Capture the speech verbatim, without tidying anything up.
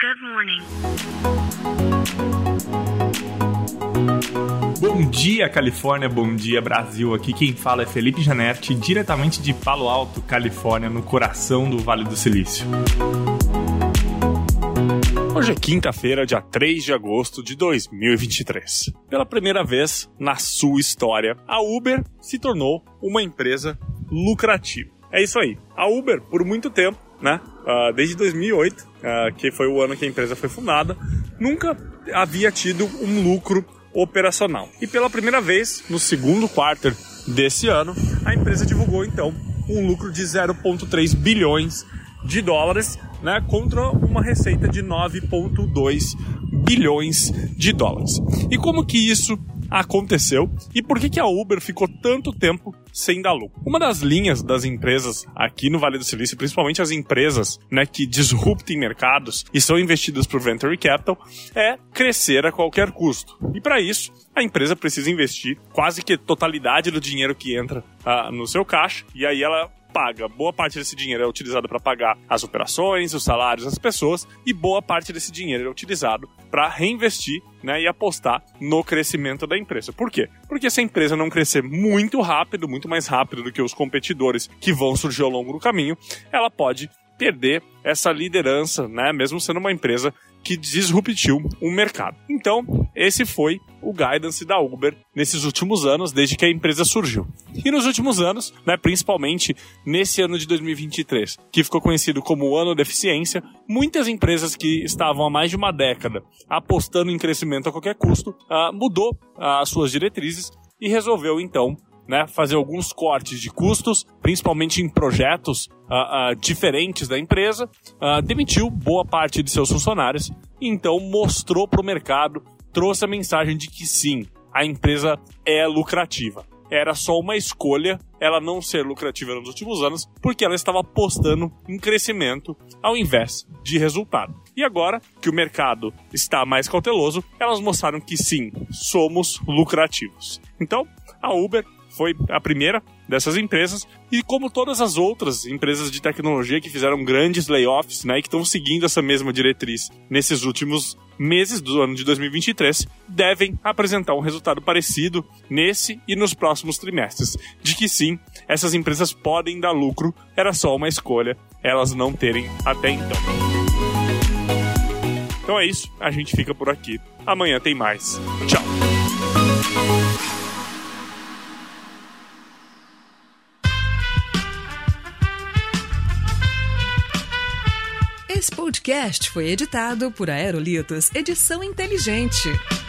Good morning. Bom dia, Califórnia, bom dia, Brasil. Aqui quem fala é Felipe Janetti, diretamente de Palo Alto, Califórnia, no coração do Vale do Silício. Hoje é quinta-feira, dia três de agosto de dois mil e vinte e três. Pela primeira vez na sua história, a Uber se tornou uma empresa lucrativa. É isso aí. A Uber, por muito tempo, né, uh, desde dois mil e oito, uh, que foi o ano que a empresa foi fundada, nunca havia tido um lucro operacional. E pela primeira vez, no segundo quarter desse ano, a empresa divulgou, então, um lucro de zero vírgula três bilhões de dólares, né, contra uma receita de nove vírgula dois bilhões de dólares. E como que isso aconteceu e por que que a Uber ficou tanto tempo sem dar lucro? Uma das linhas das empresas aqui no Vale do Silício, principalmente as empresas, né, que disruptem mercados e são investidas por Venture Capital, é crescer a qualquer custo. E para isso, a empresa precisa investir quase que totalidade do dinheiro que entra uh, no seu caixa, e aí ela paga. Boa parte desse dinheiro é utilizado para pagar as operações, os salários das pessoas, e boa parte desse dinheiro é utilizado para reinvestir, né, e apostar no crescimento da empresa. Por quê? Porque se a empresa não crescer muito rápido, muito mais rápido do que os competidores que vão surgir ao longo do caminho, ela pode perder essa liderança, né, mesmo sendo uma empresa que disruptiu o mercado. Então, esse foi o guidance da Uber nesses últimos anos, desde que a empresa surgiu. E nos últimos anos, né, principalmente nesse ano de dois mil e vinte e três, que ficou conhecido como o ano da eficiência, muitas empresas que estavam há mais de uma década apostando em crescimento a qualquer custo, uh, mudou uh, as suas diretrizes e resolveu, então, né, fazer alguns cortes de custos, principalmente em projetos uh, uh, diferentes da empresa, uh, demitiu boa parte de seus funcionários e então mostrou para o mercado, trouxe a mensagem de que sim, a empresa é lucrativa. Era só uma escolha ela não ser lucrativa nos últimos anos, porque ela estava apostando em crescimento ao invés de resultado. E agora que o mercado está mais cauteloso, elas mostraram que sim, somos lucrativos. Então, a Uber foi a primeira dessas empresas, e como todas as outras empresas de tecnologia que fizeram grandes layoffs, né, e que estão seguindo essa mesma diretriz nesses últimos meses do ano de dois mil e vinte e três, devem apresentar um resultado parecido nesse e nos próximos trimestres, de que sim, essas empresas podem dar lucro, era só uma escolha elas não terem até então. Então é isso, a gente fica por aqui. Amanhã tem mais. Tchau! Esse podcast foi editado por Aerolitos Edição Inteligente.